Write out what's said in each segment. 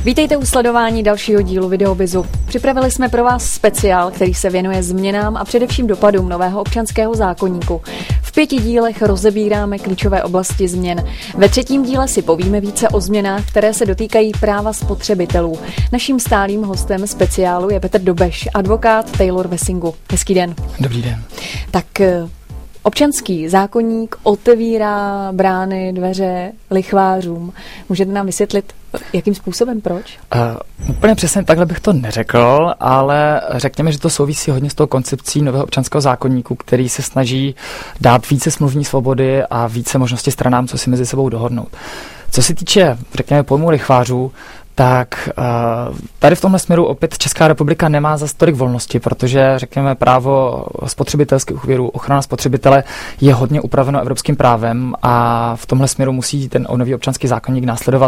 Vítejte u sledování dalšího dílu Videobizu. Připravili jsme pro vás speciál, který se věnuje změnám a především dopadům nového občanského zákoníku. V 5 dílech rozebíráme klíčové oblasti změn. Ve 3. díle si povíme více o změnách, které se dotýkají práva spotřebitelů. Naším stálým hostem speciálu je Petr Dobeš, advokát Taylor Wessingu. Hezký den. Dobrý den. Tak občanský zákoník otevírá brány, dveře lichvářům. Můžete nám vysvětlit, jakým způsobem, proč? Úplně přesně takhle bych to neřekl, ale řekněme, že to souvisí hodně s tou koncepcí nového občanského zákoníku, který se snaží dát více smluvní svobody a více možnosti stranám, co si mezi sebou dohodnout. Co se týče, řekněme, pojmu lichvářů, tak tady v tomhle směru opět Česká republika nemá zas tolik volnosti, protože, řekněme, právo spotřebitelských úvěrů, ochrana spotřebitele je hodně upraveno evropským právem a v tomhle směru musí ten nový občanský zákoník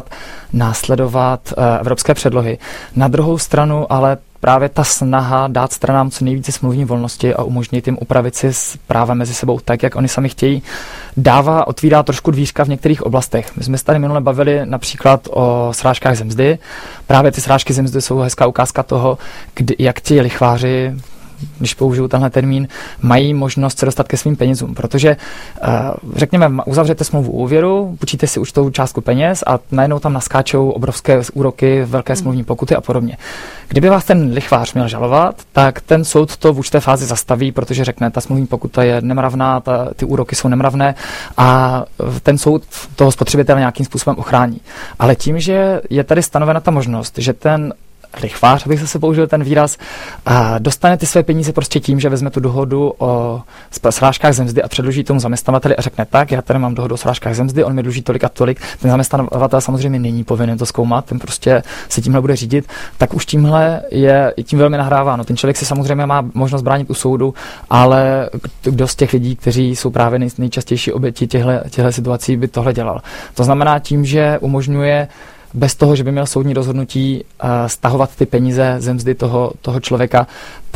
následovat evropské předlohy. Na druhou stranu ale právě ta snaha dát stranám co nejvíce smluvní volnosti a umožnit jim upravit si práva mezi sebou tak, jak oni sami chtějí, otvírá trošku dvířka v některých oblastech. My jsme se tady minule bavili například o srážkách ze mzdy. Právě ty srážky ze mzdy jsou hezká ukázka toho, jak ti lichváři, když použiju tenhle termín, mají možnost se dostat ke svým penězům, protože řekněme, uzavřete smlouvu úvěru, půjčíte si určitou částku peněz a najednou tam naskáčou obrovské úroky, velké smluvní pokuty a podobně. Kdyby vás ten lichvář měl žalovat, tak ten soud to v určité fázi zastaví, protože řekne, ta smluvní pokuta je nemravná, ty úroky jsou nemravné a ten soud toho spotřebitele nějakým způsobem ochrání. Ale tím, že je tady stanovena ta možnost, že ten lichvář, abych zase použil ten výraz, a dostane ty své peníze prostě tím, že vezme tu dohodu o srážkách ze mzdy a předloží tomu zaměstnavateli a řekne tak, já tady mám dohodu o srážkách ze mzdy, on mi dluží tolik a tolik, ten zaměstnavatel samozřejmě není povinen to zkoumat, ten prostě se tímhle bude řídit, tak už tím velmi nahrává. No, ten člověk si samozřejmě má možnost bránit u soudu, ale kdo z těch lidí, kteří jsou právě nejčastější oběti těchto situací, by tohle dělal. To znamená tím, že umožňuje bez toho, že by měl soudní rozhodnutí stahovat ty peníze ze mzdy toho člověka,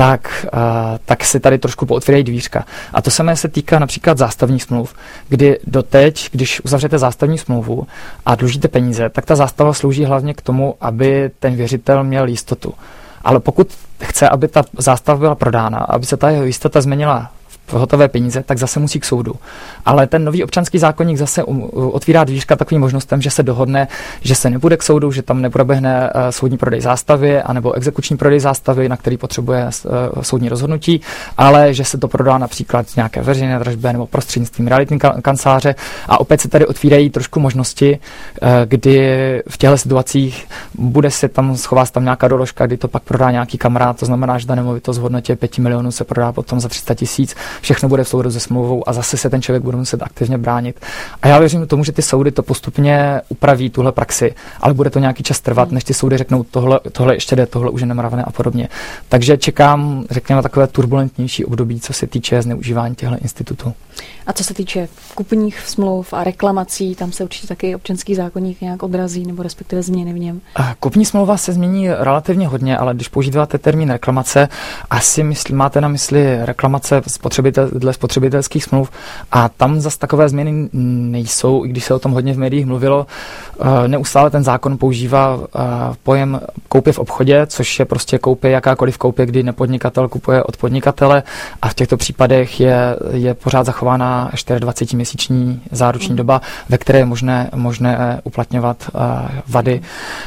tak se tady trošku pootvírají dvířka. A to samé se týká například zástavních smluv, kdy doteď, když uzavřete zástavní smlouvu a dlužíte peníze, tak ta zástava slouží hlavně k tomu, aby ten věřitel měl jistotu. Ale pokud chce, aby ta zástava byla prodána, aby se ta jeho jistota změnila v hotové peníze, tak zase musí k soudu. Ale ten nový občanský zákoník zase otvírá dvířka takovým možnostem, že se dohodne, že se nepůjde k soudu, že tam neproběhne soudní prodej zástavy anebo exekuční prodej zástavy, na který potřebuje soudní rozhodnutí, ale že se to prodá například z nějaké veřejné dražby nebo prostřednictvím realitní kanceláře. A opět se tady otvírají trošku možnosti, kdy v těchto situacích schová se tam nějaká doložka, kdy to pak prodá nějaký kamarád, to znamená, že ta nemovitost v hodnotě 5 milionů se prodá potom za 300 000. Všechno bude v souladu se smlouvou a zase se ten člověk bude muset aktivně bránit. A já věřím tomu, že ty soudy to postupně upraví, tuhle praxi, ale bude to nějaký čas trvat, než ty soudy řeknou, tohle ještě jde, tohle už je nemravné a podobně. Takže čekám, řekněme, takové turbulentnější období, co se týče zneužívání těchto institutů. A co se týče kupních smluv a reklamací, tam se určitě taky občanský zákoník nějak odrazí, nebo respektive změny v něm. Kupní smlouva se změní relativně hodně, ale když používáte termín reklamace, asi máte na mysli reklamace dle spotřebitelských smluv a tam zase takové změny nejsou, i když se o tom hodně v médiích mluvilo. Neustále ten zákon používá pojem koupě v obchodě, což je prostě jakákoliv koupě, kdy nepodnikatel kupuje od podnikatele a v těchto případech je pořád zachována 24měsíční záruční doba, ve které je možné uplatňovat vady.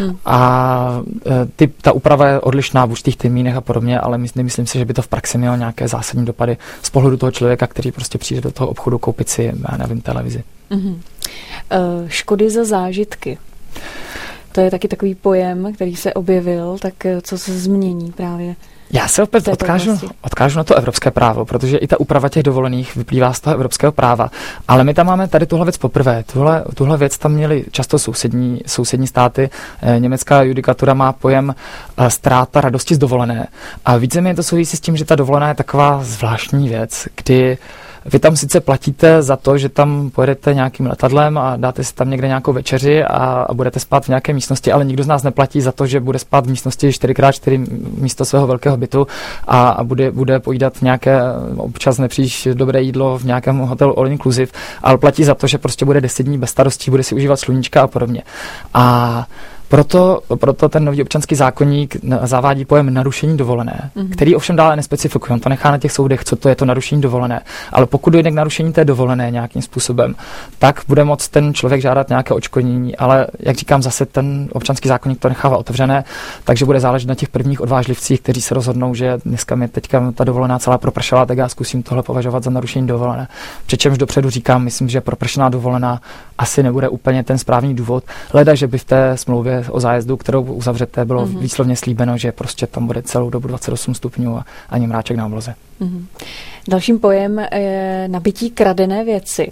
A ta úprava je odlišná v určitých termínech a podobně, ale nemyslím si, že by to v praxi mělo nějaké zásadní dopady z pohledu toho člověka, který prostě přijde do toho obchodu koupit si, já nevím, televizi. Škody za zážitky. To je taky takový pojem, který se objevil, tak co se změní právě? Já se opět odkážu na to evropské právo, protože i ta úprava těch dovolených vyplývá z toho evropského práva. Ale my tam máme tady tuhle věc poprvé. Tuhle věc tam měli často sousední státy. Německá judikatura má pojem ztráta radosti z dovolené. A více mi to souvisí s tím, že ta dovolená je taková zvláštní věc, kdy vy tam sice platíte za to, že tam pojedete nějakým letadlem a dáte si tam někde nějakou večeři a budete spát v nějaké místnosti, ale nikdo z nás neplatí za to, že bude spát v místnosti 4x4 místo svého velkého bytu a bude pojídat nějaké občas nepříliš dobré jídlo v nějakém hotelu all inclusive, ale platí za to, že prostě bude 10 dní bez starostí, bude si užívat sluníčka a podobně. A Proto ten nový občanský zákoník zavádí pojem narušení dovolené, který ovšem dále nespecifikuje. On to nechá na těch soudech, co to je to narušení dovolené. Ale pokud dojde k narušení té dovolené nějakým způsobem, tak bude moct ten člověk žádat nějaké odškodnění. Ale jak říkám, zase ten občanský zákoník to nechává otevřené, takže bude záležet na těch prvních odvážlivcích, kteří se rozhodnou, že dneska mi teďka ta dovolená celá propršela, tak já zkusím tohle považovat za narušení dovolené. Přičemž dopředu říkám, myslím, že propršená dovolená asi nebude úplně ten správný důvod. Leda, že by v té smlouvě o zájezdu, kterou uzavřete, bylo výslovně slíbeno, že prostě tam bude celou dobu 28 stupňů a ani mráček na obloze. Dalším pojem je nabytí kradené věci.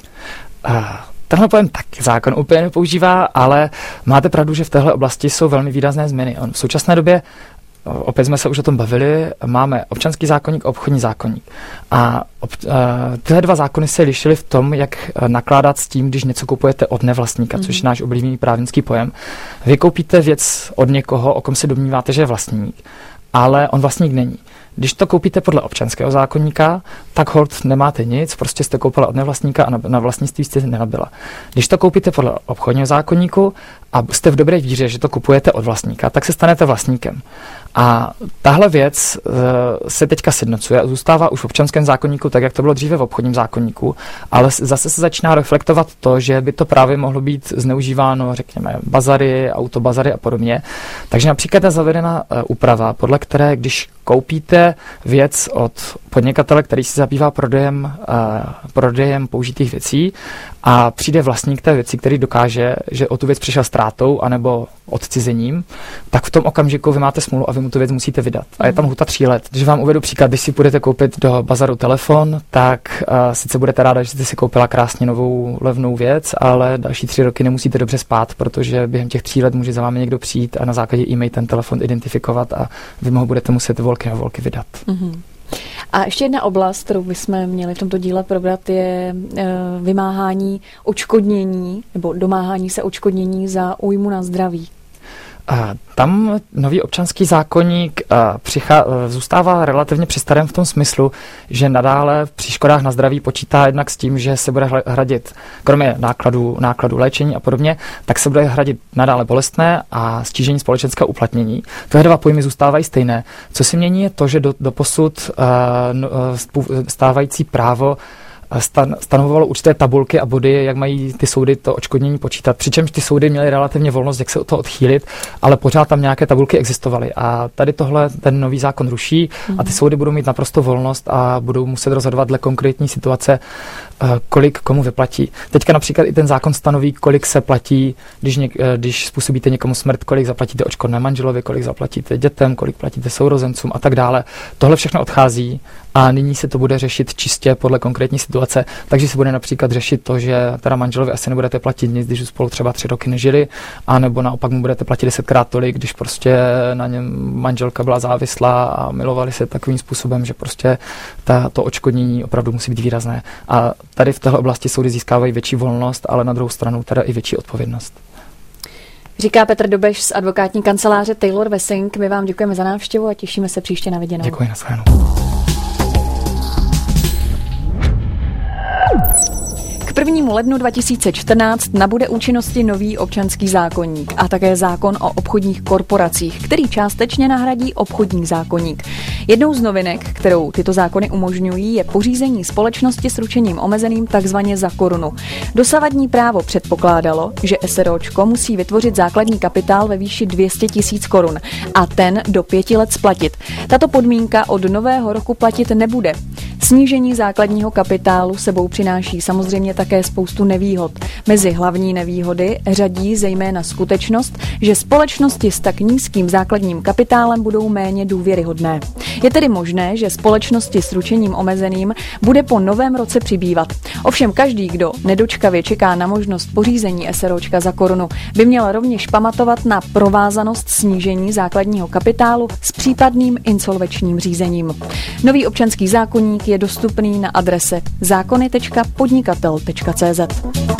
Tenhle pojem taky zákon úplně nepoužívá, ale máte pravdu, že v téhle oblasti jsou velmi výrazné změny. V současné době, opět jsme se už o tom bavili, máme občanský zákoník a obchodní zákoník. A tyhle dva zákony se lišily v tom, jak nakládat s tím, když něco kupujete od nevlastníka, což je náš oblíbený právnický pojem. Vy koupíte věc od někoho, o kom se domníváte, že je vlastník, ale on vlastník není. Když to koupíte podle občanského zákoníka, tak holt nemáte nic, prostě jste koupila od nevlastníka a na vlastnictví jste nenabyla. Když to koupíte podle obchodního zákoníku a jste v dobré víře, že to kupujete od vlastníka, tak se stanete vlastníkem. A tahle věc se teďka sjednocuje a zůstává už v občanském zákoníku, tak jak to bylo dříve v obchodním zákoníku, ale zase se začíná reflektovat to, že by to právě mohlo být zneužíváno, řekněme, bazary, autobazary a podobně. Takže například je zavedena úprava, podle které, když koupíte věc od podnikatele, který se zabývá prodejem použitých věcí a přijde vlastník té věci, který dokáže, že o tu věc přišel ztrátou anebo odcizením, tak v tom okamžiku vy máte smůlu a vy mu tu věc musíte vydat. A je tam lhůta 3 let. Když vám uvedu příklad, když si půjdete koupit do bazaru telefon, tak sice budete ráda, že jste si koupila krásně novou levnou věc, ale další 3 roky nemusíte dobře spát, protože během těch 3 let může za vámi někdo přijít a na základě e-mail ten telefon identifikovat a vy ho budete muset volky na volky vydat. A ještě jedna oblast, kterou bychom měli v tomto díle probrat, je vymáhání odškodnění nebo domáhání se odškodnění za újmu na zdraví. Tam nový občanský zákoník zůstává relativně při starém v tom smyslu, že nadále při škodách na zdraví počítá jednak s tím, že se bude hradit, kromě nákladů léčení a podobně, tak se bude hradit nadále bolestné a stížení společenského uplatnění. Tyhle dva pojmy zůstávají stejné. Co si mění je to, že doposud stávající právo stanovovalo určité tabulky a body, jak mají ty soudy to odškodnění počítat. Přičemž ty soudy měly relativně volnost, jak se od toho odchýlit, ale pořád tam nějaké tabulky existovaly. A tady tohle ten nový zákon ruší a ty soudy budou mít naprosto volnost a budou muset rozhodovat dle konkrétní situace, kolik komu vyplatí. Teďka například i ten zákon stanoví, kolik se platí, když způsobíte někomu smrt, kolik zaplatíte odškodné manželovi, kolik zaplatíte dětem, kolik platíte sourozencům a tak dále. Tohle všechno odchází a nyní se to bude řešit čistě podle konkrétní situace, takže se bude například řešit to, že teda manželovi asi nebudete platit nic, když spolu třeba 3 roky nežili, anebo naopak mu budete platit 10krát tolik, když prostě na něm manželka byla závislá a milovali se takovým způsobem, že prostě to odškodnění opravdu musí být výrazné. A tady v této oblasti soudy získávají větší volnost, ale na druhou stranu teda i větší odpovědnost. Říká Petr Dobeš z advokátní kanceláře Taylor Wessing. My vám děkujeme za návštěvu a těšíme se příště na viděnou. Děkuji, na shledanou. K 1. lednu 2014 nabude účinnosti nový občanský zákoník a také zákon o obchodních korporacích, který částečně nahradí obchodní zákoník. Jednou z novinek, kterou tyto zákony umožňují, je pořízení společnosti s ručením omezeným takzvaně za korunu. Dosavadní právo předpokládalo, že SROčko musí vytvořit základní kapitál ve výši 200 000 korun a ten do 5 let splatit. Tato podmínka od nového roku platit nebude. Snížení základního kapitálu sebou přináší samozřejmě také spoustu nevýhod. Mezi hlavní nevýhody řadí zejména skutečnost, že společnosti s tak nízkým základním kapitálem budou méně důvěryhodné. Je tedy možné, že společnosti s ručením omezeným bude po novém roce přibývat. Ovšem každý, kdo nedočkavě čeká na možnost pořízení SROčka za korunu, by měl rovněž pamatovat na provázanost snížení základního kapitálu s případným insolvenčním řízením. Nový občanský zákoník je dostupný na adrese zákony.podnikatel.cz.